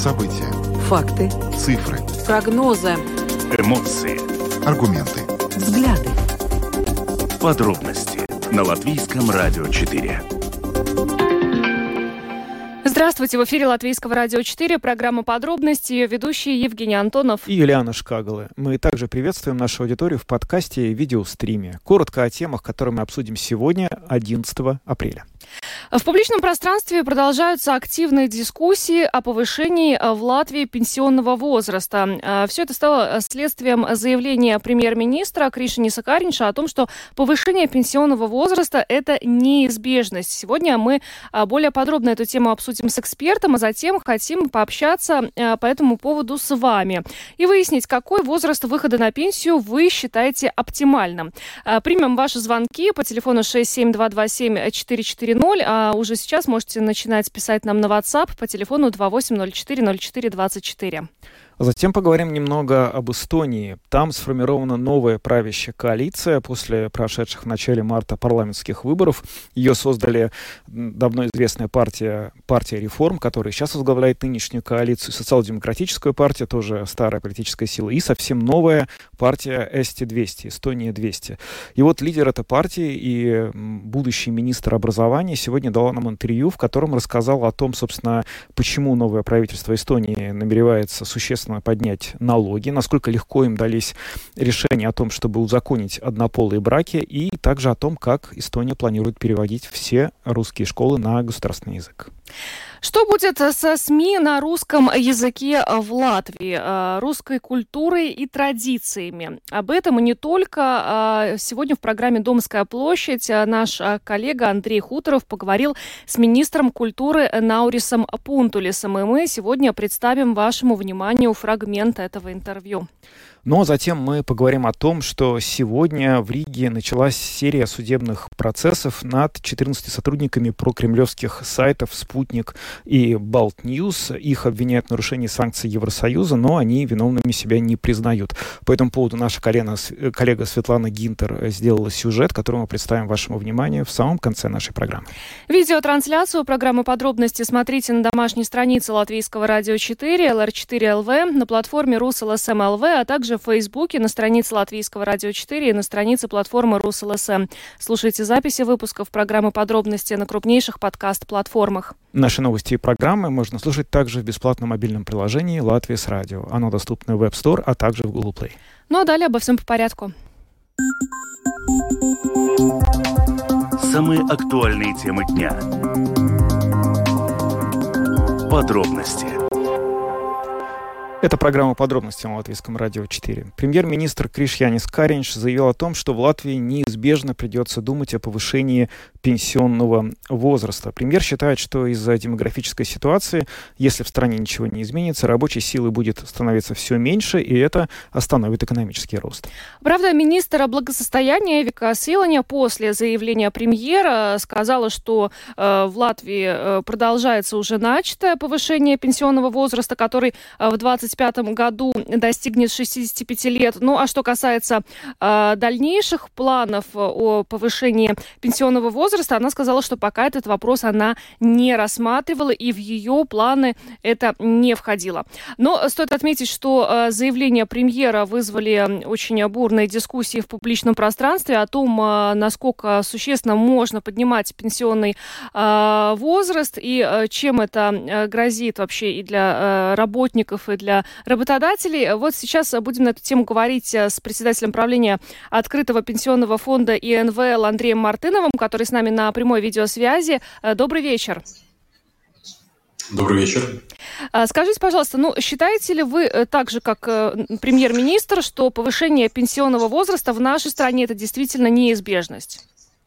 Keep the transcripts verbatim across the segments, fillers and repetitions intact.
События. Факты. Цифры. Прогнозы. Эмоции. Аргументы. Взгляды. Подробности на Латвийском радио четыре. Здравствуйте, в эфире Латвийского радио четыре, программа «Подробности», ее ведущие Евгений Антонов и Юлиана Шкагала. Мы также приветствуем нашу аудиторию в подкасте и видеостриме. Коротко о темах, которые мы обсудим сегодня, одиннадцатого апреля. В публичном пространстве продолжаются активные дискуссии о повышении в Латвии пенсионного возраста. Все это стало следствием заявления премьер-министра Кришьяниса Кариньша о том, что повышение пенсионного возраста – это неизбежность. Сегодня мы более подробно эту тему обсудим с экспертом, а затем хотим пообщаться по этому поводу с вами и выяснить, какой возраст выхода на пенсию вы считаете оптимальным. Примем ваши звонки по телефону шесть семь два два семь четыре четыре ноль, а уже сейчас можете начинать писать нам на WhatsApp по телефону два восемь ноль четыре ноль четыре двадцать четыре. Затем поговорим немного об Эстонии. Там сформирована новая правящая коалиция после прошедших в начале марта парламентских выборов. Ее создали давно известная партия, партия реформ, которая сейчас возглавляет нынешнюю коалицию, социал-демократическая партия, тоже старая политическая сила, и совсем новая партия эс ти двести, Эстония двести. И вот лидер этой партии и будущий министр образования сегодня дала нам интервью, в котором рассказал о том, собственно, почему новое правительство Эстонии намеревается существенно поднять налоги, насколько легко им дались решения о том, чтобы узаконить однополые браки, и также о том, как Эстония планирует переводить все русские школы на государственный язык. Что будет со СМИ на русском языке в Латвии, русской культурой и традициями? Об этом и не только. Сегодня в программе «Домская площадь» наш коллега Андрей Хуторов поговорил с министром культуры Наурисом Пунтулисом, и мы сегодня представим вашему вниманию фрагмент этого интервью. Но затем мы поговорим о том, что сегодня в Риге началась серия судебных процессов над четырнадцатью сотрудниками прокремлевских сайтов «Спутник» и «Балт Ньюс». Их обвиняют в нарушении санкций Евросоюза, но они виновными себя не признают. По этому поводу наша коллега, коллега Светлана Гинтер сделала сюжет, который мы представим вашему вниманию в самом конце нашей программы. Видеотрансляцию программы «Подробности» смотрите на домашней странице Латвийского радио четыре, эл эр четыре эл ви, на платформе РусЛСМ эл ви, а также в Фейсбуке, на странице Латвийского радио четыре и на странице платформы РусЛСМ. Слушайте записи выпусков программы «Подробности» на крупнейших подкаст-платформах. Наши новости и программы можно слушать также в бесплатном мобильном приложении «Латвия с радио». Оно доступно в App Store, а также в Google Play. Ну а далее обо всем по порядку. Самые актуальные темы дня. Подробности. Это программа «Подробности» на Латвийском радио четыре. Премьер-министр Кришьянис Кариньш заявил о том, что в Латвии неизбежно придется думать о повышении пенсионного возраста. Премьер считает, что из-за демографической ситуации, если в стране ничего не изменится, рабочей силы будет становиться все меньше, и это остановит экономический рост. Правда, министр благосостояния Эвика Силаня после заявления премьера сказала, что э, в Латвии э, продолжается уже начатое повышение пенсионного возраста, который э, в двадцать пятом году достигнет шестидесяти пяти лет. Ну, а что касается э, дальнейших планов о повышении пенсионного возраста, она сказала, что пока этот вопрос она не рассматривала, и в ее планы это не входило. Но стоит отметить, что э, заявления премьера вызвали очень бурные дискуссии в публичном пространстве о том, э, насколько существенно можно поднимать пенсионный э, возраст, и э, чем это э, грозит вообще и для э, работников, и для работодателей. Вот сейчас будем на эту тему говорить с председателем правления Открытого пенсионного фонда и эн вэ эл Андреем Мартыновым, который с нами на прямой видеосвязи. Добрый вечер. Добрый вечер. Скажите, пожалуйста, ну, считаете ли вы так же, как премьер-министр, что повышение пенсионного возраста в нашей стране – это действительно неизбежность?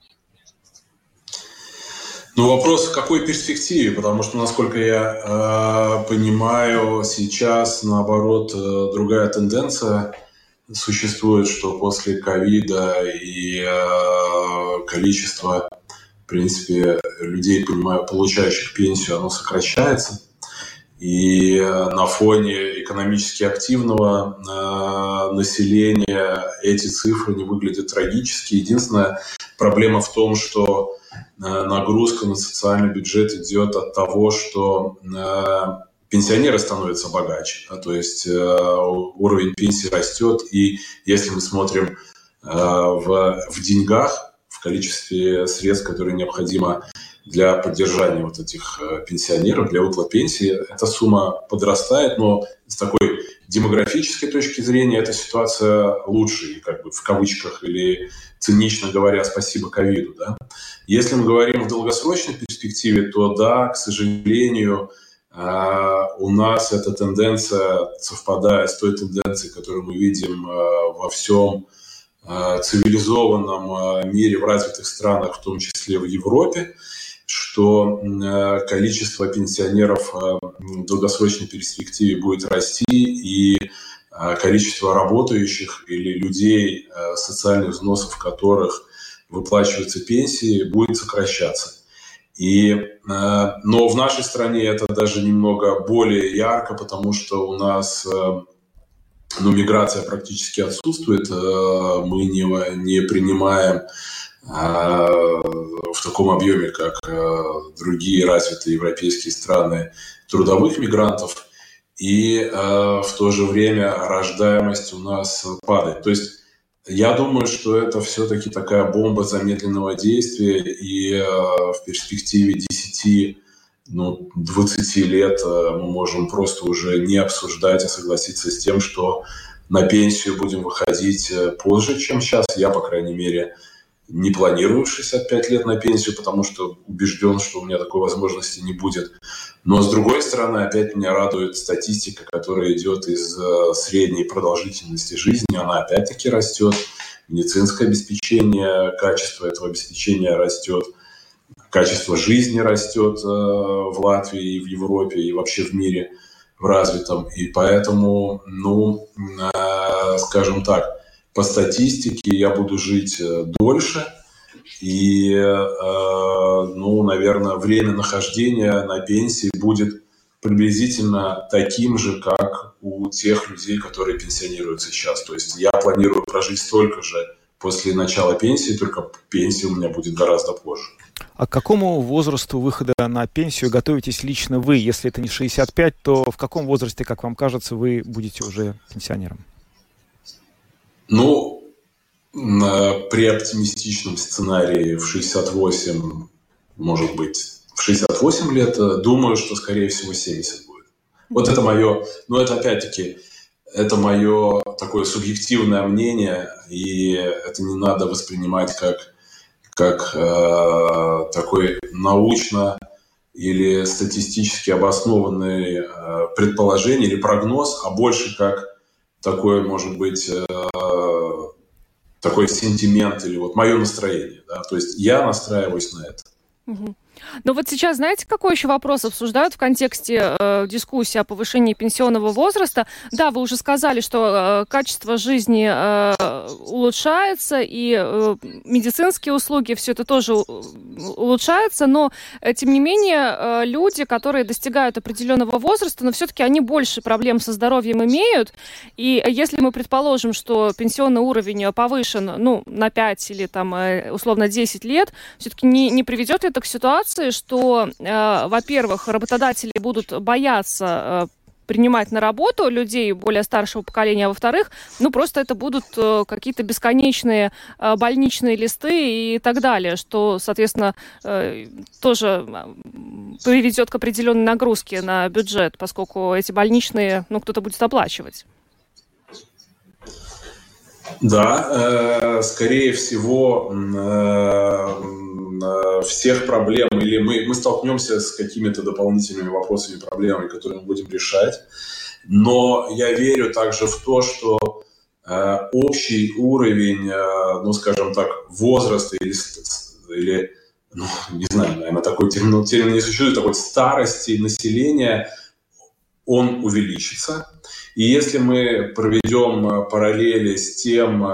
Ну, вопрос в какой перспективе, потому что, насколько я э, понимаю, сейчас, наоборот, э, другая тенденция существует, что после ковида и э, количество, в принципе, людей, понимаю, получающих пенсию, оно сокращается. И на фоне экономически активного э, населения эти цифры не выглядят трагически. Единственная проблема в том, что э, нагрузка на социальный бюджет идет от того, что э, пенсионеры становятся богаче, да, то есть уровень пенсии растет, и если мы смотрим в, в деньгах, в количестве средств, которые необходимо для поддержания вот этих пенсионеров, для выплат пенсии, эта сумма подрастает, но с такой демографической точки зрения эта ситуация лучше, как бы в кавычках или цинично говоря, спасибо ковиду. Да? Если мы говорим в долгосрочной перспективе, то да, к сожалению, у нас эта тенденция совпадает с той тенденцией, которую мы видим во всем цивилизованном мире, в развитых странах, в том числе в Европе, что количество пенсионеров в долгосрочной перспективе будет расти, и количество работающих или людей, социальных взносов которых выплачиваются пенсии, будет сокращаться. И, но в нашей стране это даже немного более ярко, потому что у нас ну, миграция практически отсутствует, мы не, не принимаем в таком объеме, как другие развитые европейские страны, трудовых мигрантов, и в то же время рождаемость у нас падает. То есть я думаю, что это все-таки такая бомба замедленного действия, и в перспективе десяти, ну, двадцати лет мы можем просто уже не обсуждать, а согласиться с тем, что на пенсию будем выходить позже, чем сейчас. Я, по крайней мере, не планирую шестьдесят пять лет на пенсию, потому что убежден, что у меня такой возможности не будет. Но, с другой стороны, опять меня радует статистика, которая идет из средней продолжительности жизни. Она опять-таки растет. Медицинское обеспечение, качество этого обеспечения растет. Качество жизни растет в Латвии и в Европе, и вообще в мире, в развитом. И поэтому, ну, скажем так, по статистике я буду жить дольше, и, ну, наверное, время нахождения на пенсии будет приблизительно таким же, как у тех людей, которые пенсионируются сейчас. То есть я планирую прожить столько же после начала пенсии, только пенсия у меня будет гораздо позже. А к какому возрасту выхода на пенсию готовитесь лично вы? Если это не шестьдесят пять, то в каком возрасте, как вам кажется, вы будете уже пенсионером? Ну, при оптимистичном сценарии в шестьдесят восемь, может быть, в шестьдесят восемь лет, думаю, что, скорее всего, семьдесят будет. Вот это мое, ну, это опять-таки, это мое такое субъективное мнение, и это не надо воспринимать как, как э, такой научно или статистически обоснованный э, предположение или прогноз, а больше как такое, может быть, э, такой сентимент или вот мое настроение. Да? То есть я настраиваюсь на это. Угу. Но вот сейчас, знаете, какой еще вопрос обсуждают в контексте э, дискуссии о повышении пенсионного возраста? Да, вы уже сказали, что э, качество жизни э, улучшается, и э, медицинские услуги, все это тоже улучшается, но, э, тем не менее, э, люди, которые достигают определенного возраста, но все-таки они больше проблем со здоровьем имеют, и если мы предположим, что пенсионный уровень повышен, ну, на пять или там, э, условно, десять лет, все-таки не, не приведет ли это к ситуации, что, э, во-первых, работодатели будут бояться э, принимать на работу людей более старшего поколения, а во-вторых, ну просто это будут э, какие-то бесконечные э, больничные листы и так далее, что, соответственно, э, тоже приведет к определенной нагрузке на бюджет, поскольку эти больничные, ну, кто-то будет оплачивать. Да, э, скорее всего, э, всех проблем, или мы, мы столкнемся с какими-то дополнительными вопросами, проблемами, которые мы будем решать. Но я верю также в то, что э, общий уровень, э, ну, скажем так, возраста или, или ну, не знаю, наверное, такой термин, термин не существует, такой старости населения, он увеличится. И если мы проведем параллели с тем,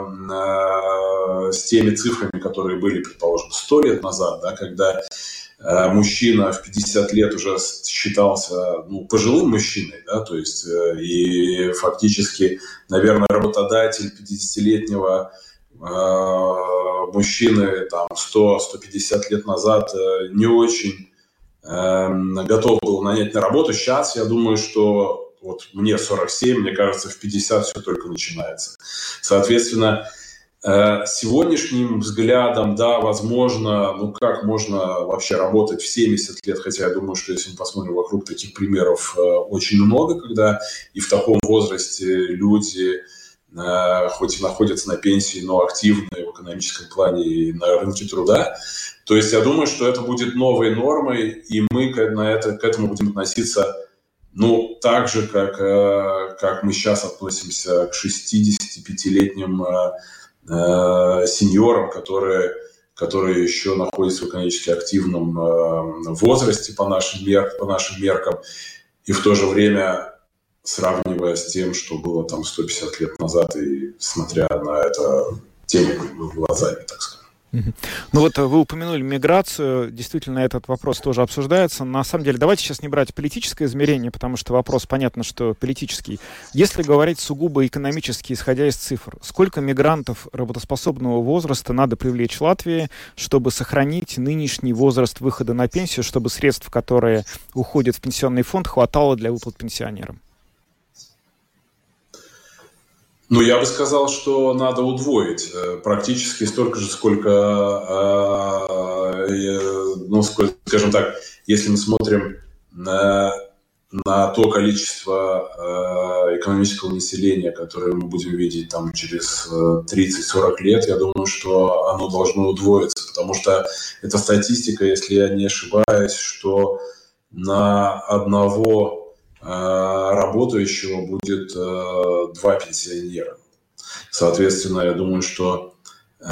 с теми цифрами, которые были, предположим, сто лет назад, да, когда мужчина в пятьдесят лет уже считался, ну, пожилым мужчиной, да, то есть и фактически, наверное, работодатель пятидесятилетнего мужчины там сто - сто пятьдесят лет назад не очень э, готов был нанять на работу. Сейчас я думаю, что вот мне сорок семь, мне кажется, в пятьдесят все только начинается. Соответственно, сегодняшним взглядом, да, возможно, ну как можно вообще работать в семьдесят лет, хотя я думаю, что если мы посмотрим вокруг, таких примеров очень много, когда и в таком возрасте люди, хоть и находятся на пенсии, но активны в экономическом плане и на рынке труда. То есть я думаю, что это будет новой нормой, и мы на это, к этому будем относиться, ну, так же, как, как мы сейчас относимся к шестидесятипятилетним сеньорам, которые, которые еще находятся в экономически активном возрасте по нашим, мер, по нашим меркам, и в то же время сравнивая с тем, что было там сто пятьдесят лет назад, и смотря на это теми глазами, так сказать. Ну вот вы упомянули миграцию, действительно этот вопрос тоже обсуждается. На самом деле, давайте сейчас не брать политическое измерение, потому что вопрос, понятно, что политический. Если говорить сугубо экономически, исходя из цифр, сколько мигрантов работоспособного возраста надо привлечь в Латвии, чтобы сохранить нынешний возраст выхода на пенсию, чтобы средств, которые уходят в пенсионный фонд, хватало для выплат пенсионерам? Ну, я бы сказал, что надо удвоить. Практически столько же, сколько, ну, сколько, скажем так, если мы смотрим на, на то количество экономического населения, которое мы будем видеть там через тридцать-сорок лет, я думаю, что оно должно удвоиться. Потому что эта статистика, если я не ошибаюсь, что на одного работающего будет э, два пенсионера. Соответственно, я думаю, что, э,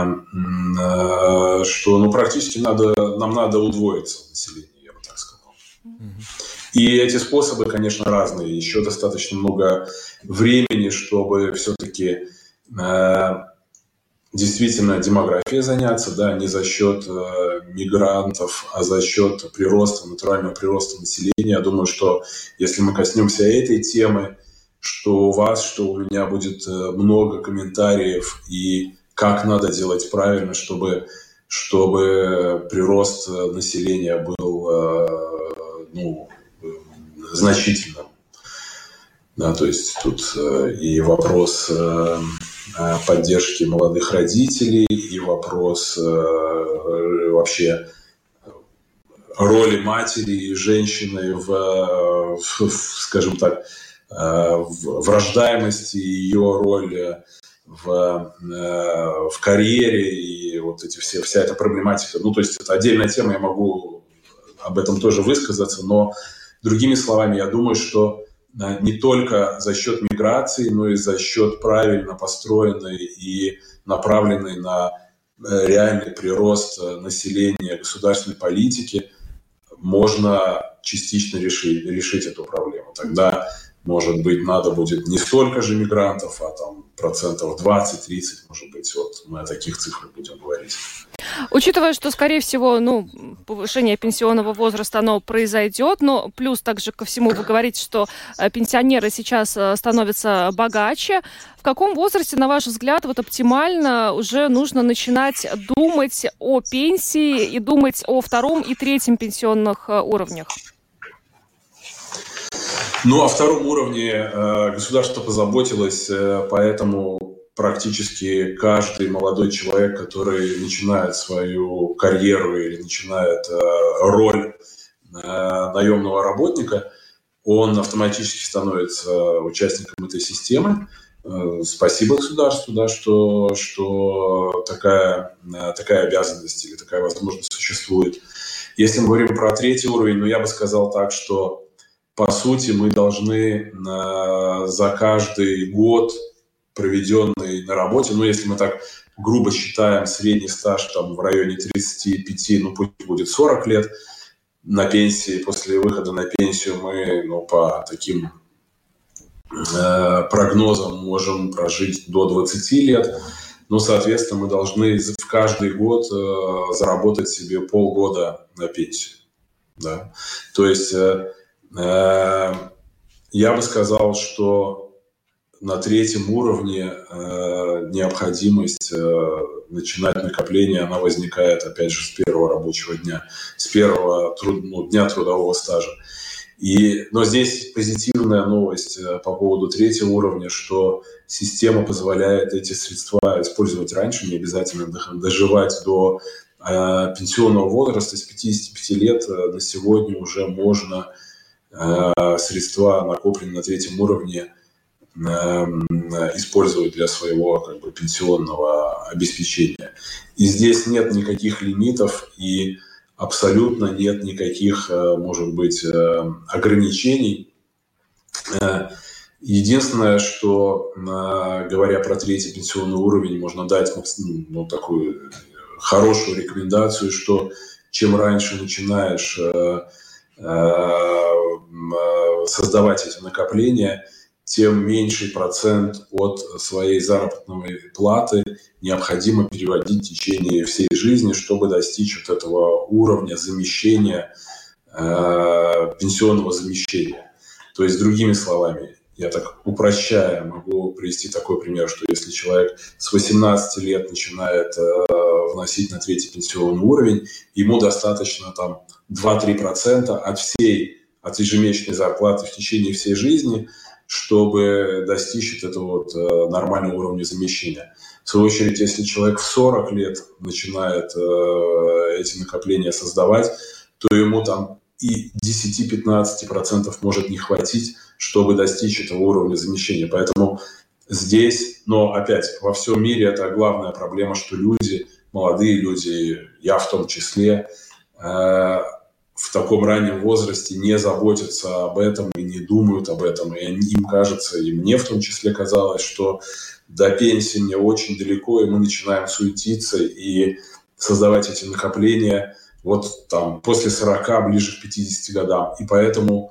э, что ну, практически надо, нам надо удвоиться население, я бы так сказал. Mm-hmm. И эти способы, конечно, разные. Еще достаточно много времени, чтобы все-таки э, действительно демографией заняться, да, не за счет э, мигрантов, а за счет прироста, натурального прироста населения. Я думаю, что если мы коснемся этой темы, что у вас, что у меня будет э, много комментариев и как надо делать правильно, чтобы, чтобы прирост населения был э, ну, значительным. Да, то есть тут э, и вопрос э, поддержки молодых родителей, и вопрос э, вообще роли матери и женщины в, в скажем так, в, в рождаемости, ее роль в, в карьере и вот эти все, вся эта проблематика. Ну, то есть это отдельная тема, я могу об этом тоже высказаться, но другими словами, я думаю, что не только за счет миграции, но и за счет правильно построенной и направленной на реальный прирост населения государственной политики можно частично решить, решить эту проблему. Тогда, может быть, надо будет не столько же мигрантов, а там процентов двадцать-тридцать, может быть, вот мы о таких цифрах будем говорить. Учитывая, что, скорее всего, ну, повышение пенсионного возраста, оно произойдет, но плюс также ко всему вы говорите, что пенсионеры сейчас становятся богаче. В каком возрасте, на ваш взгляд, вот оптимально уже нужно начинать думать о пенсии и думать о втором и третьем пенсионных уровнях? Ну, о втором уровне э, государство позаботилось, э, поэтому практически каждый молодой человек, который начинает свою карьеру или начинает э, роль э, наемного работника, он автоматически становится участником этой системы. Э, спасибо государству, да, что, что такая, э, такая обязанность или такая возможность существует. Если мы говорим про третий уровень, ну, я бы сказал так, что по сути, мы должны э, за каждый год, проведенный на работе, ну, если мы так грубо считаем средний стаж там, в районе тридцать пять, ну, пусть будет сорок лет на пенсии, после выхода на пенсию мы, ну, по таким э, прогнозам можем прожить до двадцати лет. Ну, соответственно, мы должны в каждый год э, заработать себе полгода на пенсию. Да? То есть... Э, Я бы сказал, что на третьем уровне э, необходимость э, начинать накопление, она возникает, опять же, с первого рабочего дня, с первого труд, ну, дня трудового стажа. И, но здесь позитивная новость э, по поводу третьего уровня, что система позволяет эти средства использовать раньше, не обязательно доживать до э, пенсионного возраста. С пятидесяти пяти лет э, на сегодня уже можно э, средства, накопленные на третьем уровне, использовать для своего как бы, пенсионного обеспечения. И здесь нет никаких лимитов и абсолютно нет никаких, может быть, ограничений. Единственное, что, говоря про третий пенсионный уровень, можно дать ну, такую хорошую рекомендацию, что чем раньше начинаешь создавать эти накопления, тем меньший процент от своей заработной платы необходимо переводить в течение всей жизни, чтобы достичь вот этого уровня замещения, э, пенсионного замещения. То есть, другими словами, я так упрощая могу привести такой пример, что если человек с восемнадцати лет начинает э, вносить на третий пенсионный уровень, ему достаточно там два-три процента от всей, от ежемесячной зарплаты в течение всей жизни, чтобы достичь этого вот, э, нормального уровня замещения. В свою очередь, если человек в сорок лет начинает э, эти накопления создавать, то ему там и десять-пятнадцать процентов может не хватить, чтобы достичь этого уровня замещения. Поэтому здесь, но опять, во всем мире это главная проблема, что люди, молодые люди, я в том числе, э, в таком раннем возрасте не заботятся об этом и не думают об этом. И им кажется, и мне в том числе казалось, что до пенсии мне очень далеко, и мы начинаем суетиться и создавать эти накопления вот там после сорока, ближе к пятидесяти годам. И поэтому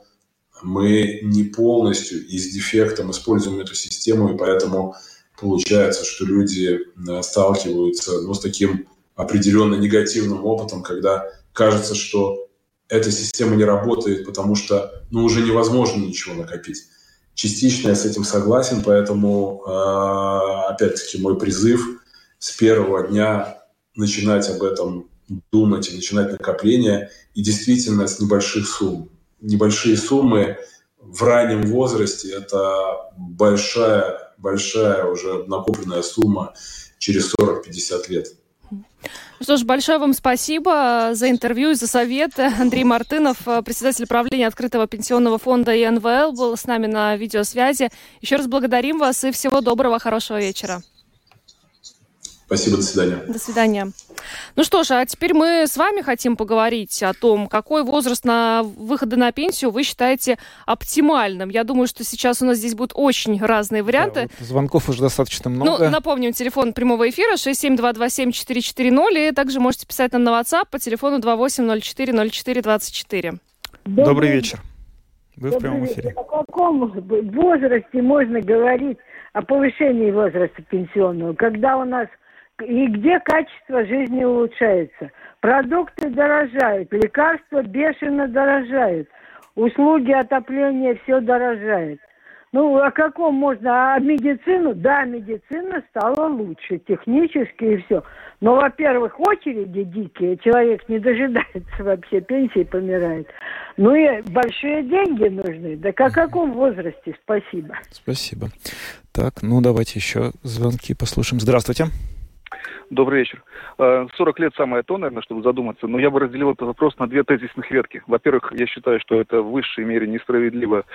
мы не полностью и с дефектом используем эту систему, и поэтому получается, что люди сталкиваются ну, с таким определенно негативным опытом, когда кажется, что эта система не работает, потому что ну, уже невозможно ничего накопить. Частично я с этим согласен, поэтому, э, опять-таки, мой призыв с первого дня начинать об этом думать и начинать накопление, и действительно с небольших сумм. Небольшие суммы в раннем возрасте – это большая, большая уже накопленная сумма через сорок-пятьдесят лет. Что ж, большое вам спасибо за интервью и за совет. Андрей Мартынов, председатель правления Открытого пенсионного фонда и эн вэ эл, был с нами на видеосвязи. Еще раз благодарим вас и всего доброго, хорошего вечера. Спасибо, до свидания. До свидания. Ну что ж, а теперь мы с вами хотим поговорить о том, какой возраст на выхода на пенсию вы считаете оптимальным. Я думаю, что сейчас у нас здесь будут очень разные варианты. Да, вот звонков уже достаточно много. Ну, напомним, телефон прямого эфира шесть семь два два семь четыре четыре ноль, и также можете писать нам на WhatsApp по телефону два восемь ноль четыре ноль четыре двадцать четыре. Добрый, Добрый вечер. Вы Добрый в прямом эфире. Вечер. О каком возрасте можно говорить о повышении возраста пенсионного, когда у нас и где качество жизни улучшается? Продукты дорожают, лекарства бешено дорожают, услуги отопления все дорожает. Ну, о каком можно? А медицину? Да, медицина стала лучше, технически и все. Но, во-первых, очереди дикие, человек не дожидается вообще, пенсии помирает. Ну и большие деньги нужны. Да о каком возрасте? Спасибо. Спасибо. Так, ну давайте еще звонки послушаем. Здравствуйте. Добрый вечер. сорок лет самое то, наверное, чтобы задуматься, но я бы разделил этот вопрос на две тезисных ветки. Во-первых, я считаю, что это в высшей мере несправедливо,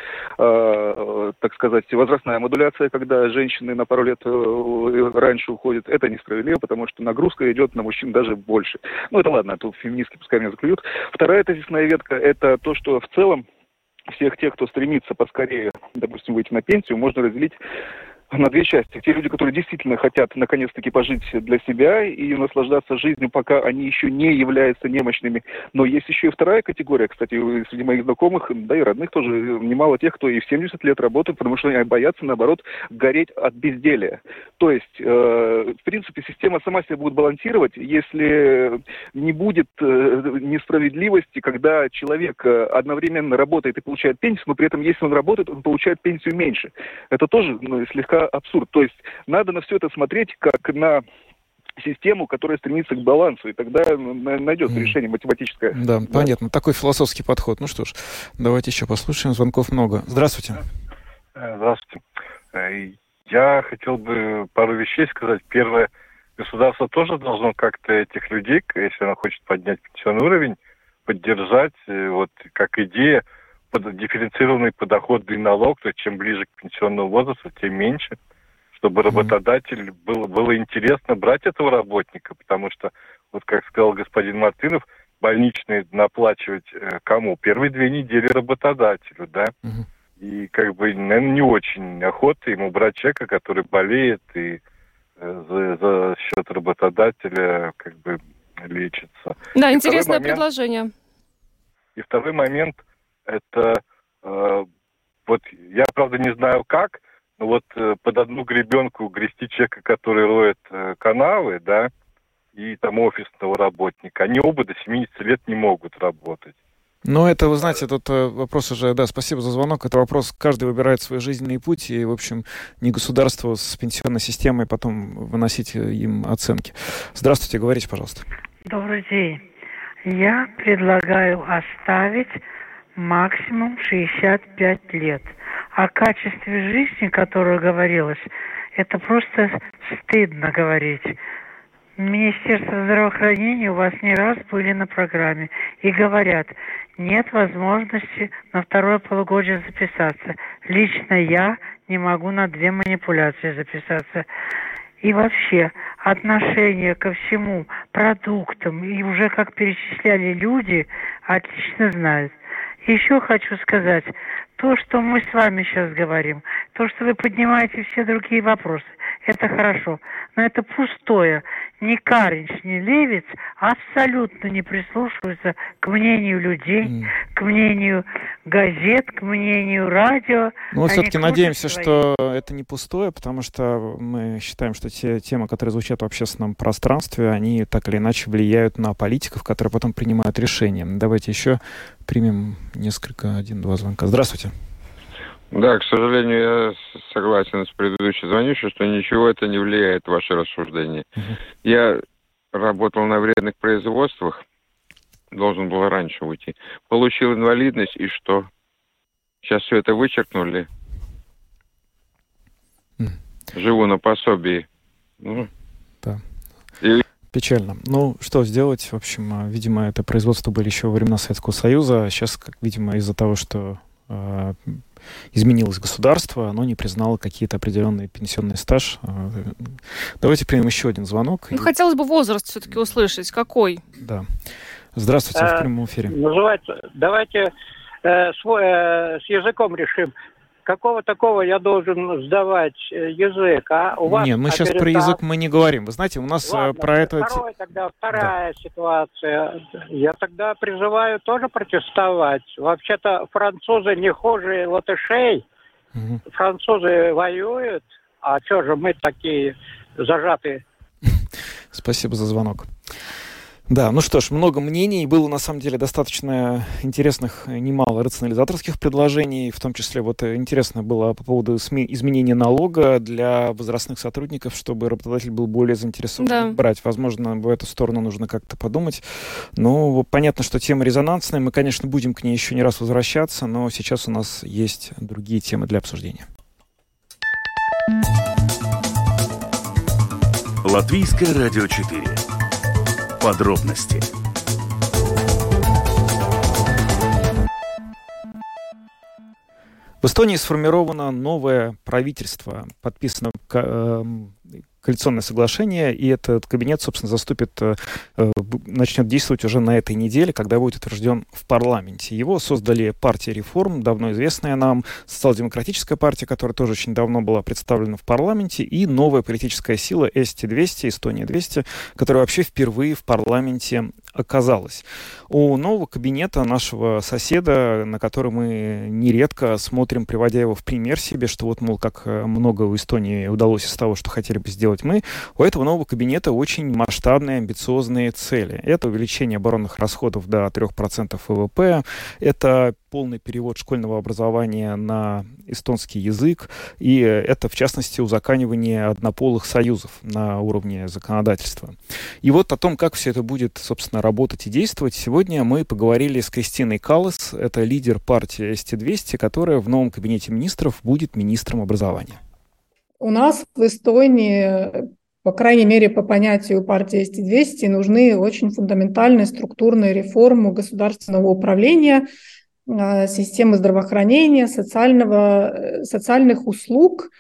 э, так сказать, возрастная модуляция, когда женщины на пару лет э, раньше уходят. Это несправедливо, потому что нагрузка идет на мужчин даже больше. Ну, это ладно, тут феминистки пускай меня заклюют. Вторая тезисная ветка – это то, что в целом всех тех, кто стремится поскорее, допустим, выйти на пенсию, можно разделить на две части. Те люди, которые действительно хотят наконец-таки пожить для себя и наслаждаться жизнью, пока они еще не являются немощными. Но есть еще и вторая категория, кстати, среди моих знакомых, да и родных тоже, немало тех, кто и в семьдесят лет работает, потому что они боятся, наоборот, гореть от безделия. То есть, э, в принципе, система сама себя будет балансировать, если не будет э, несправедливости, когда человек одновременно работает и получает пенсию, но при этом, если он работает, он получает пенсию меньше. Это тоже ну, слегка абсурд. То есть надо на все это смотреть как на систему, которая стремится к балансу, и тогда найдется mm. решение математическое. Да, да, понятно. Такой философский подход. Ну что ж, давайте еще послушаем. Звонков много. Здравствуйте. Здравствуйте. Я хотел бы пару вещей сказать. Первое, государство тоже должно как-то этих людей, если оно хочет поднять пенсионный уровень, поддержать, вот как идея, под дифференцированный подоходный налог, то есть чем ближе к пенсионному возрасту, тем меньше, чтобы работодатель было, было интересно брать этого работника, потому что, вот как сказал господин Мартынов, больничные наплачивать э, кому? Первые две недели работодателю, да? Uh-huh. И как бы, наверное, не очень охота ему брать человека, который болеет и э, за, за счет работодателя как бы лечится. Да, и интересное момент, предложение. И второй момент, это э, вот я, правда, не знаю как, но вот э, под одну гребенку грести человека, который роет э, канавы, да, и там офисного работника, они оба до семидесяти лет не могут работать. Ну, это, вы знаете, тут вопрос уже, да, спасибо за звонок, это вопрос, каждый выбирает свой жизненный путь, и, в общем, не государство с пенсионной системой потом выносить им оценки. Здравствуйте, говорите, пожалуйста. Добрый день. Я предлагаю оставить максимум шестьдесят пять лет. О качестве жизни, о которой говорилось, это просто стыдно говорить. Министерство здравоохранения у вас не раз были на программе и говорят, нет возможности на второе полугодие записаться. Лично я не могу на две манипуляции записаться. И вообще отношение ко всему, продуктам, и уже как перечисляли люди, отлично знают. Еще хочу сказать, то, что мы с вами сейчас говорим, то, что вы поднимаете все другие вопросы, это хорошо. Но это пустое. Ни Каринч, ни Левиц абсолютно не прислушиваются к мнению людей, mm. к мнению газет, к мнению радио. Ну, мы все-таки надеемся, свои. что это не пустое, потому что мы считаем, что те темы, которые звучат в общественном пространстве, они так или иначе влияют на политиков, которые потом принимают решения. Давайте еще примем несколько, один-два звонка. Здравствуйте. Да, к сожалению, я согласен с предыдущим звонившим, что ничего это не влияет, ваше рассуждение. Uh-huh. Я работал на вредных производствах, должен был раньше уйти. Получил инвалидность, и что? Сейчас все это вычеркнули. Uh-huh. Живу на пособии. Ну. Да. И... Печально. Ну, что сделать? В общем, видимо, это производство были еще во времена Советского Союза. Сейчас, как, видимо, из-за того, что э, изменилось государство, оно не признало какие-то определенные пенсионный стаж. Давайте примем еще один звонок. Ну, и... хотелось бы возраст все-таки услышать. Какой? Да. Здравствуйте, а, в прямом эфире. Называется, давайте э, свой, э, с языком решим. Какого такого я должен сдавать язык, а у вас... Нет, мы сейчас про язык мы не говорим. Вы знаете, у нас Ладно, про это... Второй, тогда вторая да. ситуация. Я тогда призываю тоже протестовать. Вообще-то французы не хуже латышей. Угу. Французы воюют, а что же мы такие зажатые? Спасибо за звонок. Да, ну что ж, много мнений. Было, на самом деле, достаточно интересных, немало рационализаторских предложений. В том числе, вот интересно было по поводу изменения налога для возрастных сотрудников, чтобы работодатель был более заинтересован да. брать. Возможно, в эту сторону нужно как-то подумать. Ну, понятно, что тема резонансная. Мы, конечно, будем к ней еще не раз возвращаться, но сейчас у нас есть другие темы для обсуждения. Латвийское радио четыре. Подробности. В Эстонии сформировано новое правительство. Подписано коалиционное соглашение, и этот кабинет, собственно, заступит, начнет действовать уже на этой неделе, когда будет утвержден в парламенте. Его создали партия реформ, давно известная нам, социал-демократическая партия, которая тоже очень давно была представлена в парламенте, и новая политическая сила эс ти двести, Эстония двести, которая вообще впервые в парламенте оказалась. У нового кабинета нашего соседа, на который мы нередко смотрим, приводя его в пример себе, что вот, мол, как много у Эстонии удалось из того, что хотели бы сделать мы, у этого нового кабинета очень масштабные, амбициозные цели. Это увеличение оборонных расходов до трех процентов вэ вэ пэ, это полный перевод школьного образования на эстонский язык, и это, в частности, узаконивание однополых союзов на уровне законодательства. И вот о том, как все это будет, собственно, работать и действовать, сегодня мы поговорили с Кристиной Каллас, это лидер партии эс ти двести, которая в новом кабинете министров будет министром образования. У нас в Эстонии, по крайней мере, по понятию партии эс ти двести, нужны очень фундаментальные структурные реформы государственного управления, системы здравоохранения, социального, социальных услуг.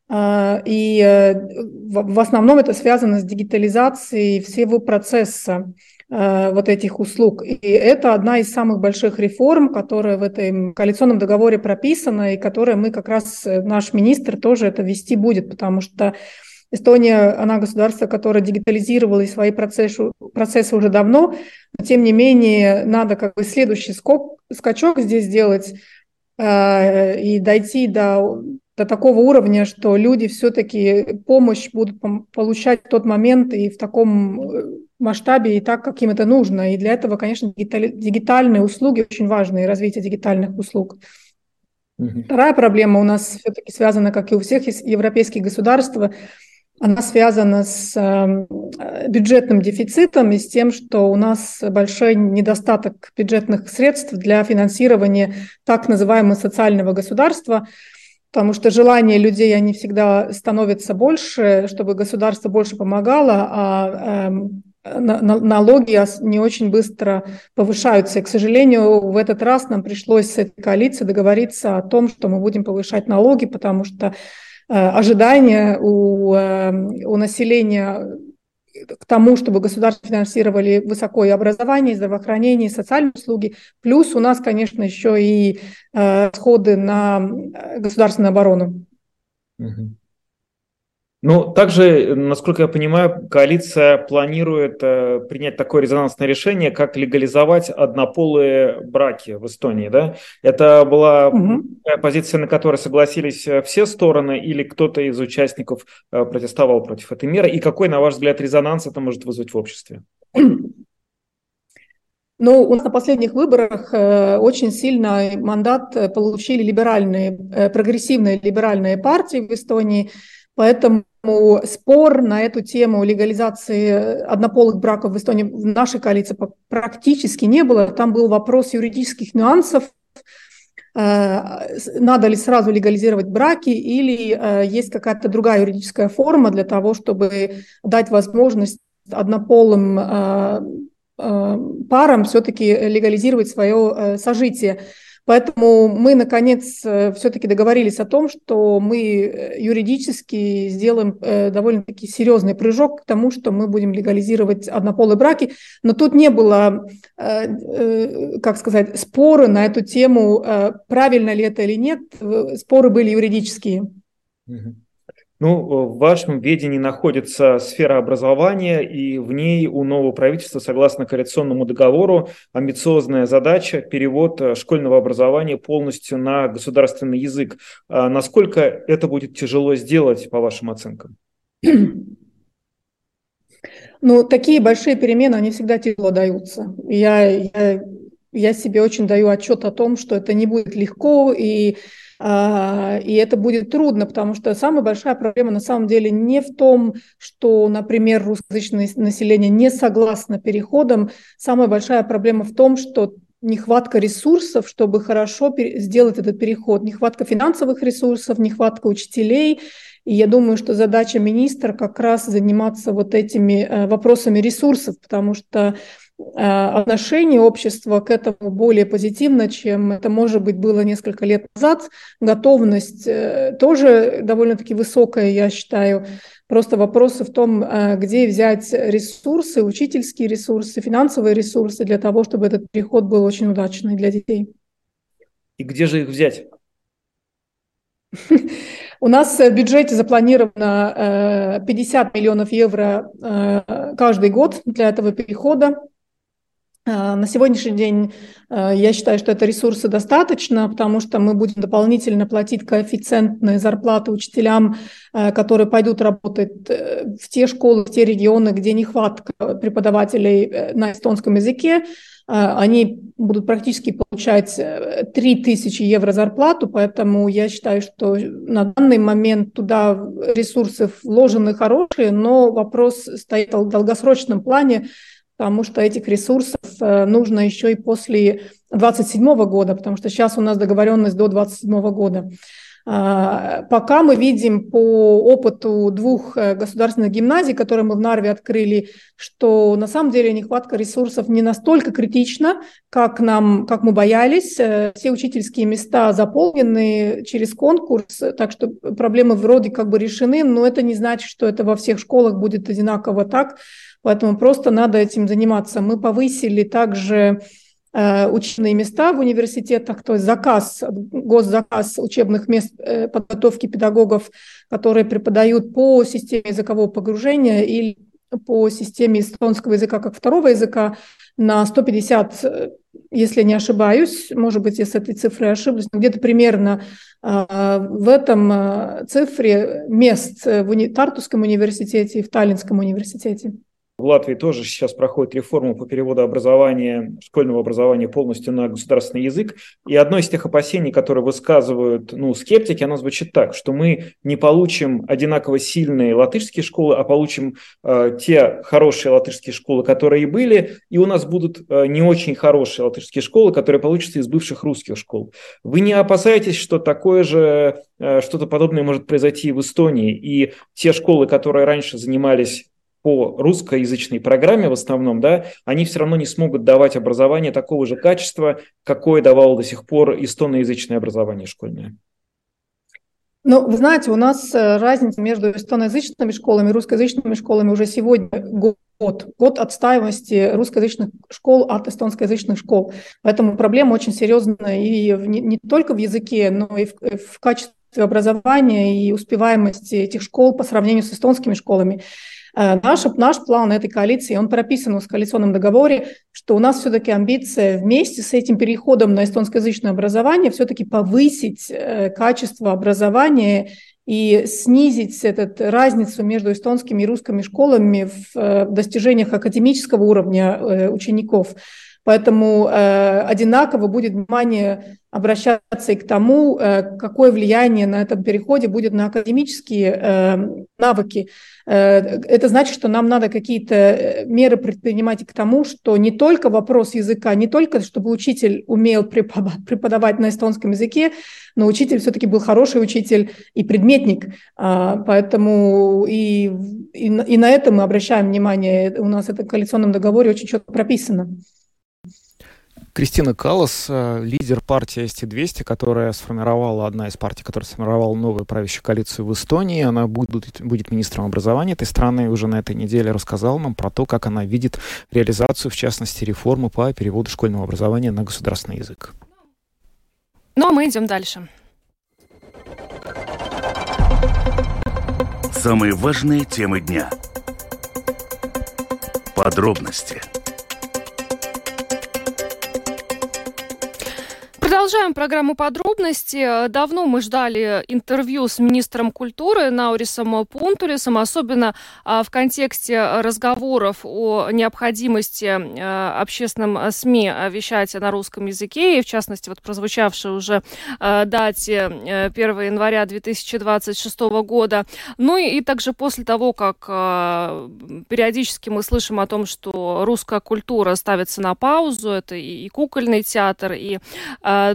И в основном это связано с дигитализацией всего процесса вот этих услуг. И это одна из самых больших реформ, которая в этом коалиционном договоре прописана, и которая мы как раз, наш министр тоже это вести будет, потому что Эстония, она государство, которое дигитализировало свои процессы, процессы уже давно, но тем не менее надо как бы следующий скок, скачок здесь сделать э, и дойти до, до такого уровня, что люди все-таки помощь будут получать в тот момент и в таком масштабе, и так, как им это нужно. И для этого, конечно, дигитали, дигитальные услуги очень важны, и развитие дигитальных услуг. Mm-hmm. Вторая проблема у нас все-таки связана, как и у всех европейских государств, она связана с э, бюджетным дефицитом и с тем, что у нас большой недостаток бюджетных средств для финансирования так называемого социального государства, потому что желания людей, они всегда становятся больше, чтобы государство больше помогало, а э, налоги не очень быстро повышаются. И, к сожалению, в этот раз нам пришлось с этой коалицией договориться о том, что мы будем повышать налоги, потому что ожидания у, у населения к тому, чтобы государство финансировали высоко и образование, и здравоохранение, и социальные услуги. Плюс у нас, конечно, еще и расходы на государственную оборону. Mm-hmm. Ну, также, насколько я понимаю, коалиция планирует э, принять такое резонансное решение, как легализовать однополые браки в Эстонии, да? Это была угу. позиция, на которой согласились все стороны, или кто-то из участников э, протестовал против этой меры? И какой, на ваш взгляд, резонанс это может вызвать в обществе? Ну, у нас на последних выборах э, очень сильно мандат получили либеральные, э, прогрессивные либеральные партии в Эстонии, поэтому спор на эту тему легализации однополых браков в Эстонии в нашей коалиции практически не было. Там был вопрос юридических нюансов. Надо ли сразу легализировать браки или есть какая-то другая юридическая форма для того, чтобы дать возможность однополым парам все-таки легализировать свое сожитие. Поэтому мы, наконец, все-таки договорились о том, что мы юридически сделаем довольно-таки серьезный прыжок к тому, что мы будем легализировать однополые браки. Но тут не было, как сказать, спора на эту тему, правильно ли это или нет. Споры были юридические. Ну, в вашем ведении находится сфера образования, и в ней у нового правительства, согласно коалиционному договору, амбициозная задача – перевод школьного образования полностью на государственный язык. А насколько это будет тяжело сделать, по вашим оценкам? Ну, такие большие перемены, они всегда тяжело даются. Я, я, я себе очень даю отчет о том, что это не будет легко, и И это будет трудно, потому что самая большая проблема на самом деле не в том, что, например, русскоязычное население не согласно переходам. Самая большая проблема в том, что нехватка ресурсов, чтобы хорошо сделать этот переход. Нехватка финансовых ресурсов, нехватка учителей. И я думаю, что задача министра как раз заниматься вот этими вопросами ресурсов, потому что отношение общества к этому более позитивно, чем это, может быть, было несколько лет назад. Готовность тоже довольно-таки высокая, я считаю. Просто вопрос в том, где взять ресурсы, учительские ресурсы, финансовые ресурсы для того, чтобы этот переход был очень удачный для детей. И где же их взять? У нас в бюджете запланировано пятьдесят миллионов евро каждый год для этого перехода. На сегодняшний день я считаю, что это ресурсы достаточно, потому что мы будем дополнительно платить коэффициентные зарплаты учителям, которые пойдут работать в те школы, в те регионы, где нехватка преподавателей на эстонском языке. Они будут практически получать три тысячи евро зарплату, поэтому я считаю, что на данный момент туда ресурсы вложены хорошие, но вопрос стоит в долгосрочном плане, потому что этих ресурсов нужно еще и после двадцать седьмого года, потому что сейчас у нас договоренность до двадцать седьмого года. Пока мы видим по опыту двух государственных гимназий, которые мы в Нарве открыли, что на самом деле нехватка ресурсов не настолько критична, как, нам, как мы боялись. Все учительские места заполнены через конкурс, так что проблемы вроде как бы решены, но это не значит, что это во всех школах будет одинаково так, поэтому просто надо этим заниматься. Мы повысили также учебные места в университетах, то есть заказ, госзаказ учебных мест подготовки педагогов, которые преподают по системе языкового погружения или по системе эстонского языка как второго языка на сто пятьдесят, если не ошибаюсь, может быть, я с этой цифрой ошиблась, но где-то примерно в этом цифре мест в уни- Тартуском университете и в Таллинском университете. В Латвии тоже сейчас проходит реформа по переводу образования, школьного образования полностью на государственный язык. И одно из тех опасений, которые высказывают ну, скептики, оно звучит так, что мы не получим одинаково сильные латышские школы, а получим э, те хорошие латышские школы, которые и были, и у нас будут э, не очень хорошие латышские школы, которые получатся из бывших русских школ. Вы не опасаетесь, что такое же, э, что-то подобное может произойти и в Эстонии, и те школы, которые раньше занимались по русскоязычной программе в основном, да, они все равно не смогут давать образование такого же качества, какое давало до сих пор эстоноязычное образование школьное? Ну, вы знаете, у нас разница между эстоноязычными школами и русскоязычными школами уже сегодня год. Год отстаиваемости русскоязычных школ от эстонскоязычных школ. Поэтому проблема очень серьезная и в, не, не только в языке, но и в, в качестве образования и успеваемости этих школ по сравнению с эстонскими школами. Наш, наш план этой коалиции, он прописан в коалиционном договоре, что у нас все-таки амбиция вместе с этим переходом на эстонскоязычное образование все-таки повысить качество образования и снизить эту разницу между эстонскими и русскими школами в достижениях академического уровня учеников. Поэтому э, одинаково будет внимание обращаться и к тому, э, какое влияние на этом переходе будет на академические э, навыки. Э, это значит, что нам надо какие-то меры предпринимать и к тому, что не только вопрос языка, не только чтобы учитель умел преподавать на эстонском языке, но учитель все-таки был хороший учитель и предметник. Э, поэтому и, и, и на это мы обращаем внимание. У нас это в коалиционном договоре очень четко прописано. Кристина Каллас, лидер партии эс ти двести, которая сформировала, одна из партий, которая сформировала новую правящую коалицию в Эстонии. Она будет, будет министром образования этой страны. Уже на этой неделе рассказала нам про то, как она видит реализацию, в частности, реформы по переводу школьного образования на государственный язык. Ну, а мы идем дальше. Самые важные темы дня. Подробности. Продолжаем программу «Подробности». Давно мы ждали интервью с министром культуры Наурисом Пунтурисом, особенно в контексте разговоров о необходимости общественным СМИ вещать на русском языке, и в частности вот прозвучавшей уже дате первого января две тысячи двадцать шестого года. Ну и также после того, как периодически мы слышим о том, что русская культура ставится на паузу, это и кукольный театр, и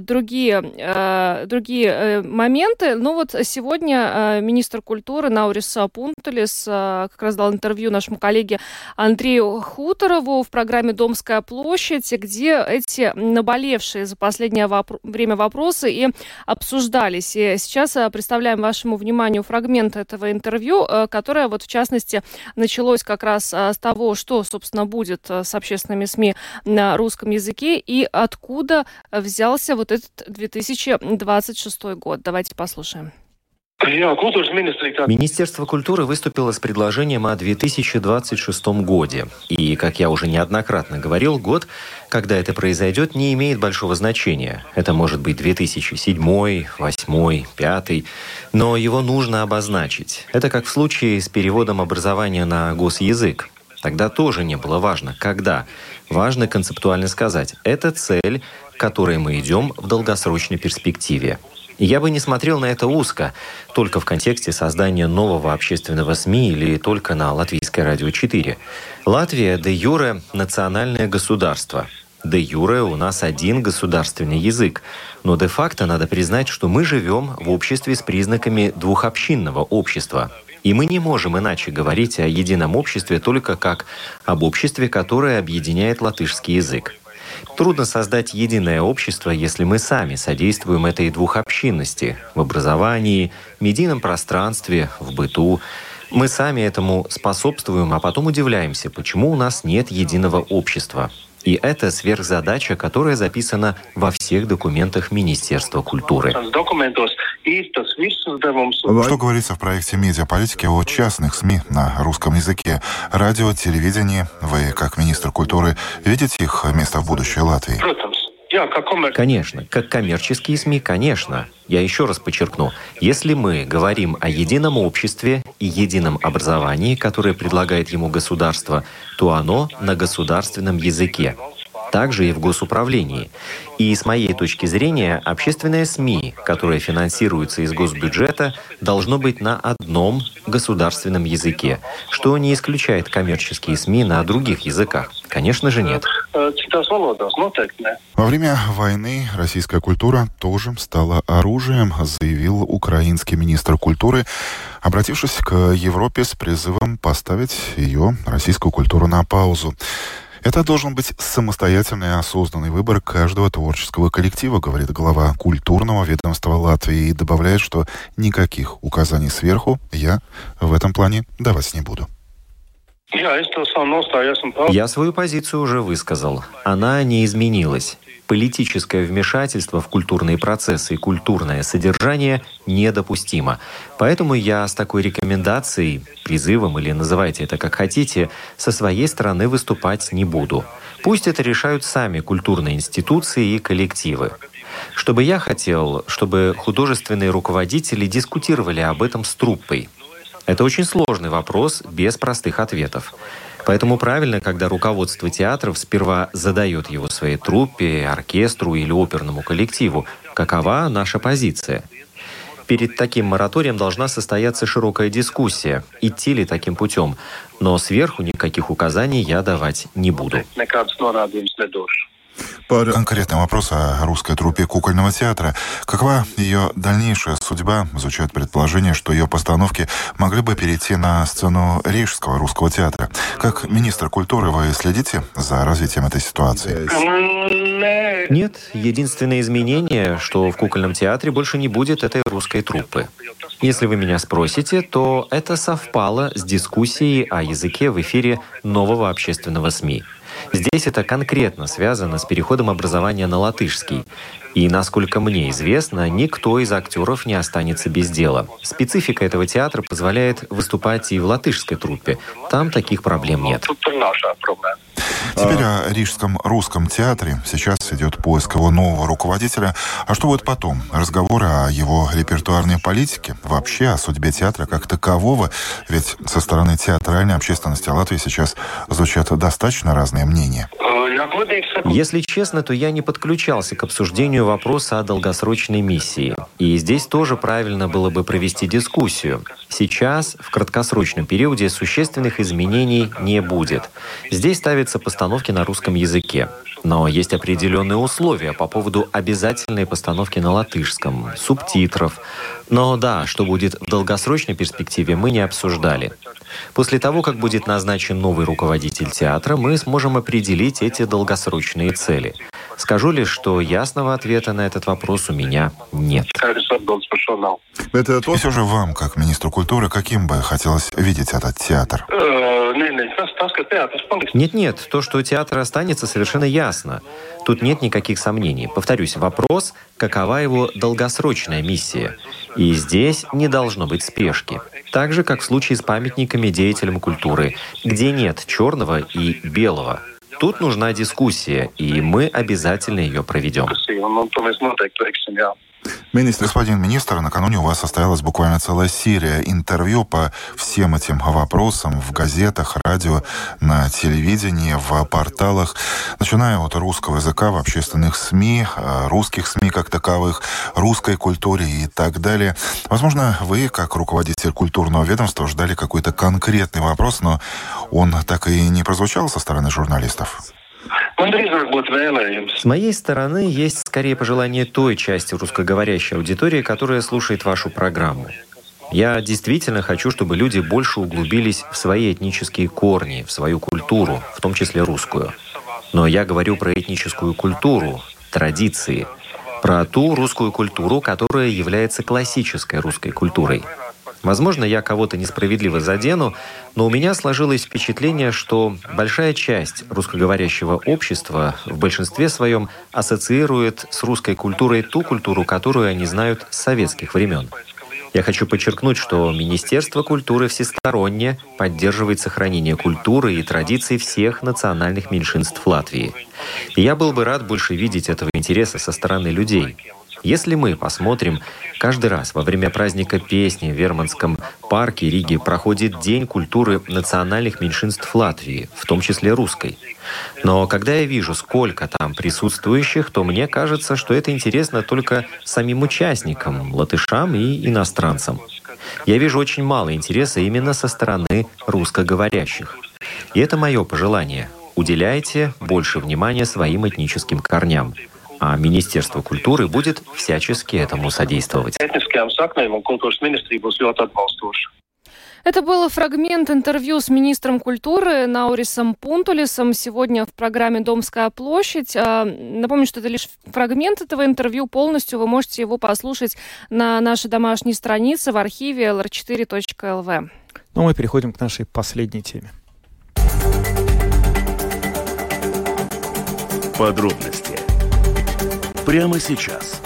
другие, э, другие э, моменты. Ну вот сегодня э, министр культуры Наурис Пунтулис э, как раз дал интервью нашему коллеге Андрею Хуторову в программе «Домская площадь», где эти наболевшие за последнее вопро- время вопросы и обсуждались. И сейчас э, представляем вашему вниманию фрагмент этого интервью, э, которое вот в частности началось как раз э, с того, что, собственно, будет э, с общественными СМИ на русском языке и откуда взялся вот этот две тысячи двадцать шестой год. Давайте послушаем. Министерство культуры выступило с предложением о две тысячи двадцать шестом годе. И, как я уже неоднократно говорил, год, когда это произойдет, не имеет большого значения. Это может быть две тысячи седьмой, две тысячи восьмой, две тысячи пятый. Но его нужно обозначить. Это как в случае с переводом образования на госязык. Тогда тоже не было важно, когда. Важно концептуально сказать, это цель, к которой мы идем в долгосрочной перспективе. И я бы не смотрел на это узко, только в контексте создания нового общественного СМИ или только на Латвийское радио четыре. Латвия де юре национальное государство. Де юре у нас один государственный язык. Но де-факто надо признать, что мы живем в обществе с признаками двухобщинного общества. И мы не можем иначе говорить о едином обществе только как об обществе, которое объединяет латышский язык. Трудно создать единое общество, если мы сами содействуем этой двухобщинности в образовании, медийном пространстве, в быту. Мы сами этому способствуем, а потом удивляемся, почему у нас нет единого общества. И это сверхзадача, которая записана во всех документах Министерства культуры. Что говорится в проекте медиаполитики о частных СМИ на русском языке? Радио, телевидение. Вы, как министр культуры, видите их место в будущей Латвии? Конечно, как коммерческие СМИ, конечно. Я еще раз подчеркну, если мы говорим о едином обществе и едином образовании, которое предлагает ему государство, то оно на государственном языке. Также и в госуправлении. И с моей точки зрения, общественное СМИ, которое финансируется из госбюджета, должно быть на одном государственном языке, что не исключает коммерческие СМИ на других языках. Конечно же, нет. Во время войны российская культура тоже стала оружием, заявил украинский министр культуры, обратившись к Европе с призывом поставить ее, российскую культуру, на паузу. Это должен быть самостоятельный и осознанный выбор каждого творческого коллектива, говорит глава культурного ведомства Латвии, и добавляет, что никаких указаний сверху я в этом плане давать не буду. Я свою позицию уже высказал. Она не изменилась. Политическое вмешательство в культурные процессы и культурное содержание недопустимо. Поэтому я с такой рекомендацией, призывом или называйте это как хотите, со своей стороны выступать не буду. Пусть это решают сами культурные институции и коллективы. Что бы я хотел, чтобы художественные руководители дискутировали об этом с труппой. Это очень сложный вопрос, без простых ответов. Поэтому правильно, когда руководство театров сперва задает его своей труппе, оркестру или оперному коллективу, какова наша позиция. Перед таким мораторием должна состояться широкая дискуссия, идти ли таким путем, но сверху никаких указаний я давать не буду. Конкретный вопрос о русской труппе кукольного театра. Какова ее дальнейшая судьба? Звучат предположения, что ее постановки могли бы перейти на сцену Рижского русского театра. Как министр культуры вы следите за развитием этой ситуации? Нет, единственное изменение, что в кукольном театре больше не будет этой русской труппы. Если вы меня спросите, то это совпало с дискуссией о языке в эфире нового общественного СМИ. Здесь это конкретно связано с переходом образования на латышский. И, насколько мне известно, никто из актеров не останется без дела. Специфика этого театра позволяет выступать и в латышской труппе. Там таких проблем нет. Теперь о Рижском русском театре. Сейчас идет поиск его нового руководителя. А что будет потом? Разговоры о его репертуарной политике, вообще о судьбе театра как такового. Ведь со стороны театральной общественности Латвии сейчас звучат достаточно разные мнения. Если честно, то я не подключался к обсуждению вопроса о долгосрочной миссии. И здесь тоже правильно было бы провести дискуссию. Сейчас, в краткосрочном периоде, существенных изменений не будет. Здесь ставятся постановки на русском языке. Но есть определенные условия по поводу обязательной постановки на латышском, субтитров. Но да, что будет в долгосрочной перспективе, мы не обсуждали. После того, как будет назначен новый руководитель театра, мы сможем определить эти долгосрочные цели. Скажу лишь, что ясного ответа на этот вопрос у меня нет. Это то все же вам, как министру культуры, каким бы хотелось видеть этот театр? Нет-нет, то, что театр останется, совершенно ясно. Тут нет никаких сомнений. Повторюсь, вопрос, какова его долгосрочная миссия. И здесь не должно быть спешки. Так же, как в случае с памятниками деятелям культуры, где нет черного и белого. Тут нужна дискуссия, и мы обязательно ее проведем. Министр, господин министр, накануне у вас состоялась буквально целая серия интервью по всем этим вопросам в газетах, радио, на телевидении, в порталах, начиная от русского языка в общественных СМИ, русских СМИ как таковых, русской культуре и так далее. Возможно, вы, как руководитель культурного ведомства, ждали какой-то конкретный вопрос, но он так и не прозвучал со стороны журналистов. С моей стороны есть скорее пожелание той части русскоговорящей аудитории, которая слушает вашу программу. Я действительно хочу, чтобы люди больше углубились в свои этнические корни, в свою культуру, в том числе русскую. Но я говорю про этническую культуру, традиции, про ту русскую культуру, которая является классической русской культурой. Возможно, я кого-то несправедливо задену, но у меня сложилось впечатление, что большая часть русскоговорящего общества в большинстве своем ассоциирует с русской культурой ту культуру, которую они знают с советских времен. Я хочу подчеркнуть, что Министерство культуры всесторонне поддерживает сохранение культуры и традиций всех национальных меньшинств Латвии. И я был бы рад больше видеть этого интереса со стороны людей. Если мы посмотрим, каждый раз во время праздника песни в Верманском парке Риги проходит День культуры национальных меньшинств Латвии, в том числе русской. Но когда я вижу, сколько там присутствующих, то мне кажется, что это интересно только самим участникам, латышам и иностранцам. Я вижу очень мало интереса именно со стороны русскоговорящих. И это мое пожелание. Уделяйте больше внимания своим этническим корням. А Министерство культуры будет всячески этому содействовать. Это был фрагмент интервью с министром культуры Наурисом Пунтулисом сегодня в программе «Домская площадь». Напомню, что это лишь фрагмент этого интервью. Полностью вы можете его послушать на нашей домашней странице в архиве эл эр четыре точка эл ви. Ну, мы переходим к нашей последней теме. Подробности прямо сейчас.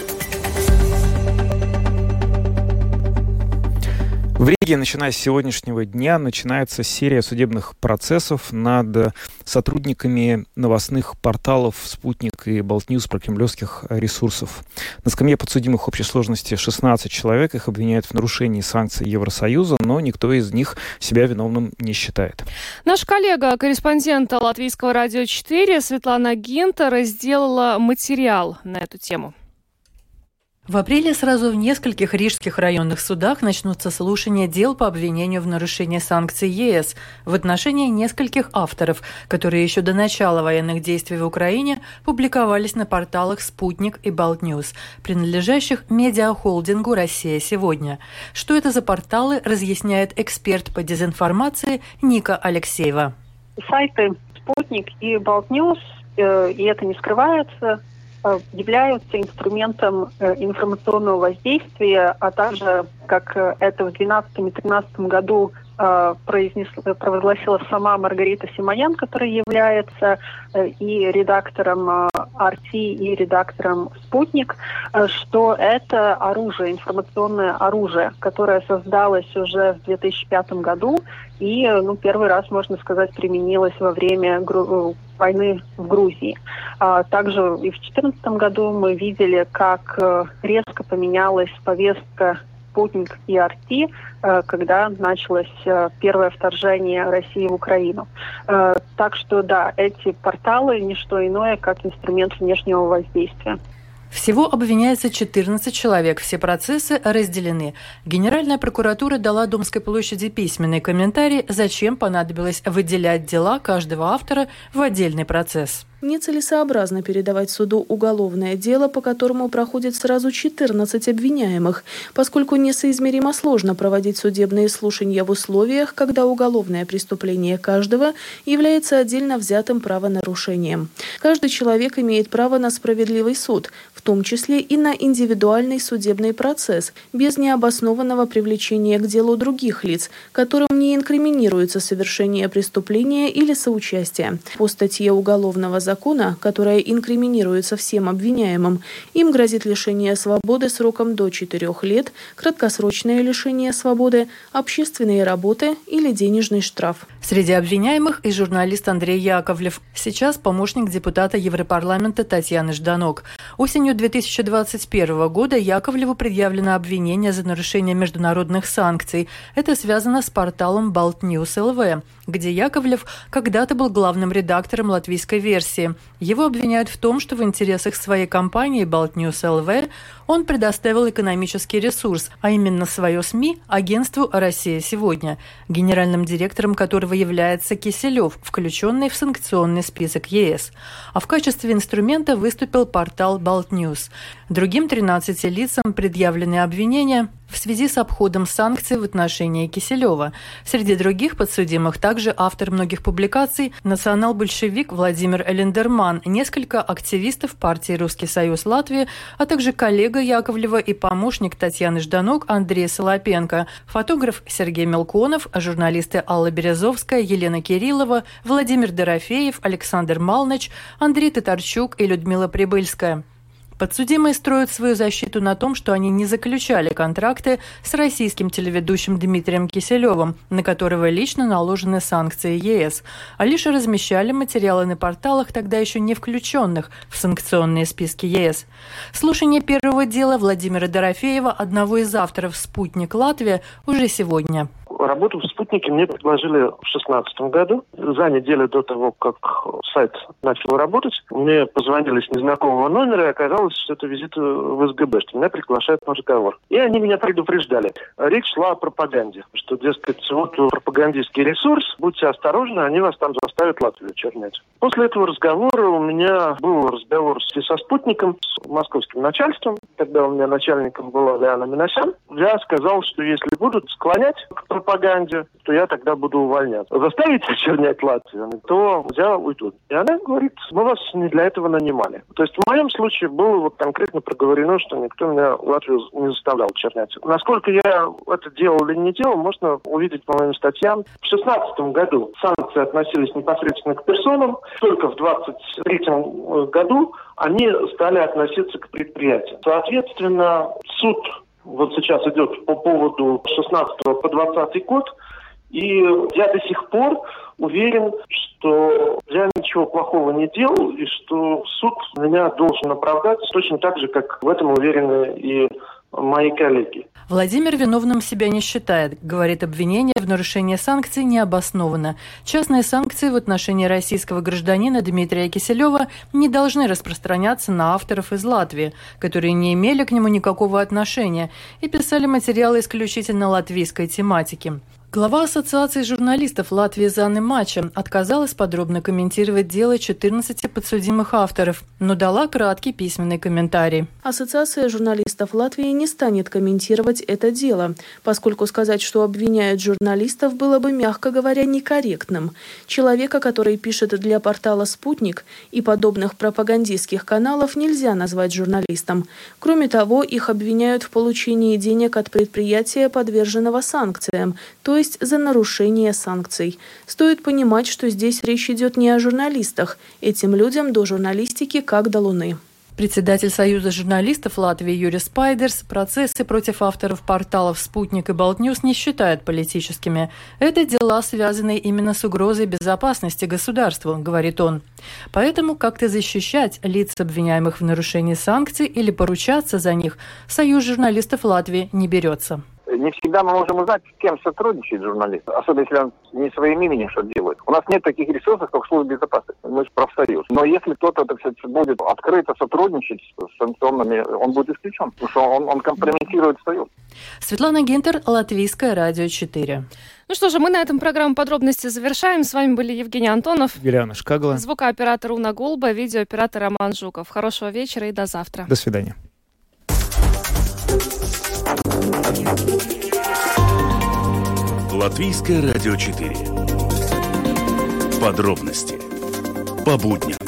В Риге, начиная с сегодняшнего дня, начинается серия судебных процессов над сотрудниками новостных порталов «Спутник» и «Болтньюз» прокремлевских ресурсов. На скамье подсудимых общей сложности шестнадцать человек. Их обвиняют в нарушении санкций Евросоюза, но никто из них себя виновным не считает. Наш коллега, корреспондент Латвийского радио четыре Светлана Гинтер сделала материал на эту тему. В апреле сразу в нескольких рижских районных судах начнутся слушания дел по обвинению в нарушении санкций е эс в отношении нескольких авторов, которые еще до начала военных действий в Украине публиковались на порталах «Спутник» и «Болтньюз», принадлежащих медиахолдингу «Россия сегодня». Что это за порталы, разъясняет эксперт по дезинформации Ника Алексеева. Сайты «Спутник» и «Болтньюз», э, и это не скрывается, являются инструментом информационного воздействия, а также, как это в две тысячи двенадцатом и две тысячи тринадцатом году произнесла, провозгласила сама Маргарита Симонян, которая является и редактором ар ти, и редактором «Спутник», что это оружие, информационное оружие, которое создалось уже в две тысячи пятом году и ну, первый раз, можно сказать, применилось во время гру- войны в Грузии. А также и в две тысячи четырнадцатом году мы видели, как резко поменялась повестка «Спутник» и ар ти, когда началось первое вторжение России в Украину. Так что, да, эти порталы – не что иное, как инструмент внешнего воздействия. Всего обвиняется четырнадцать человек. Все процессы разделены. Генеральная прокуратура дала Домской площади письменный комментарий, зачем понадобилось выделять дела каждого автора в отдельный процесс. нецелесообразно передавать суду уголовное дело, по которому проходит сразу четырнадцать обвиняемых, поскольку несоизмеримо сложно проводить судебные слушания в условиях, когда уголовное преступление каждого является отдельно взятым правонарушением. Каждый человек имеет право на справедливый суд, в том числе и на индивидуальный судебный процесс, без необоснованного привлечения к делу других лиц, которым не инкриминируется совершение преступления или соучастие. По статье Уголовного закона, которая инкриминируется всем обвиняемым, им грозит лишение свободы сроком до четырех лет, краткосрочное лишение свободы, общественные работы или денежный штраф. Среди обвиняемых и журналист Андрей Яковлев. Сейчас помощник депутата Европарламента Татьяны Жданок. Осенью две тысячи двадцать первого года Яковлеву предъявлено обвинение за нарушение международных санкций. Это связано с порталом Балтньюс точка эл ви, где Яковлев когда-то был главным редактором латвийской версии. Его обвиняют в том, что в интересах своей компании Балтньюс точка эл ви он предоставил экономический ресурс, а именно свое СМИ, агентству «Россия сегодня», генеральным директором которого является Киселев, включенный в санкционный список ЕС. А в качестве инструмента выступил портал Балтньюс. Другим тринадцати лицам предъявлены обвинения в связи с обходом санкций в отношении Киселева. Среди других подсудимых также автор многих публикаций, национал-большевик Владимир Элендерман, несколько активистов партии «Русский союз Латвии», а также коллега Яковлева и помощник Татьяны Жданок Андрей Солопенко, фотограф Сергей Мелконов, журналисты Алла Березовская, Елена Кириллова, Владимир Дорофеев, Александр Малныч, Андрей Татарчук и Людмила Прибыльская. Подсудимые строят свою защиту на том, что они не заключали контракты с российским телеведущим Дмитрием Киселевым, на которого лично наложены санкции ЕС, а лишь размещали материалы на порталах, тогда еще не включенных в санкционные списки ЕС. Слушание первого дела Владимира Дорофеева, одного из авторов «Спутник Латвия», уже сегодня. Работу в «Спутнике» мне предложили в две тысячи шестнадцатом году. За неделю до того, как сайт начал работать, мне позвонили с незнакомого номера, и оказалось, что это визит в СГБ, что меня приглашают на разговор. И они меня предупреждали. Речь шла о пропаганде, что, дескать, вот пропагандистский ресурс, будьте осторожны, они вас там заставят Латвию чернять. После этого разговора у меня был разговор со «Спутником», с московским начальством. Тогда у меня начальником была Лиана Минасян. Я сказал, что если будут склонять к пропаганде, то я тогда буду увольняться. Заставите очернять Латвию, то я уйду. И она говорит, мы вас не для этого нанимали. То есть в моем случае было вот конкретно проговорено, что никто меня Латвию не заставлял очернять. Насколько я это делал или не делал, можно увидеть по моим статьям. В две тысячи шестнадцатом году санкции относились непосредственно к персонам, только в двадцать третьем году они стали относиться к предприятиям. Соответственно, суд вот сейчас идет по поводу шестнадцатого по двадцатый год, и я до сих пор уверен, что я ничего плохого не делал, и что суд меня должен оправдать точно так же, как в этом уверены и мои коллеги. Владимир виновным себя не считает. Говорит, обвинение в нарушении санкций не обосновано. Частные санкции в отношении российского гражданина Дмитрия Киселева не должны распространяться на авторов из Латвии, которые не имели к нему никакого отношения и писали материалы исключительно латвийской тематики. Глава Ассоциации журналистов Латвии Занны Мача отказалась подробно комментировать дело четырнадцати подсудимых авторов, но дала краткий письменный комментарий. Ассоциация журналистов Латвии не станет комментировать это дело, поскольку сказать, что обвиняют журналистов, было бы, мягко говоря, некорректным. Человека, который пишет для портала «Спутник» и подобных пропагандистских каналов, нельзя назвать журналистом. Кроме того, их обвиняют в получении денег от предприятия, подверженного санкциям, то есть за нарушение санкций. Стоит понимать, что здесь речь идет не о журналистах. Этим людям до журналистики как до луны. Председатель Союза журналистов Латвии Юрий Спайдерс процессы против авторов порталов «Спутник» и «Балтньюс» не считает политическими. Это дела, связанные именно с угрозой безопасности государству, говорит он. Поэтому как-то защищать лиц, обвиняемых в нарушении санкций, или поручаться за них Союз журналистов Латвии не берется. Не всегда мы можем узнать, с кем сотрудничает журналист, особенно если он не своим именем что-то делает. У нас нет таких ресурсов, как служба безопасности. Мы же профсоюз. Но если кто-то, так сказать, будет открыто сотрудничать с санкционными, он будет исключен, потому что он, он компрометирует союз. Светлана Гинтер, Латвийское радио четыре. Ну что же, мы на этом программу «Подробности» завершаем. С вами были Евгений Антонов, Юлиана Шкагла, звукооператор Уна Голба, видеооператор Роман Жуков. Хорошего вечера и до завтра. До свидания. Латвийское радио четыре. Подробности по будням.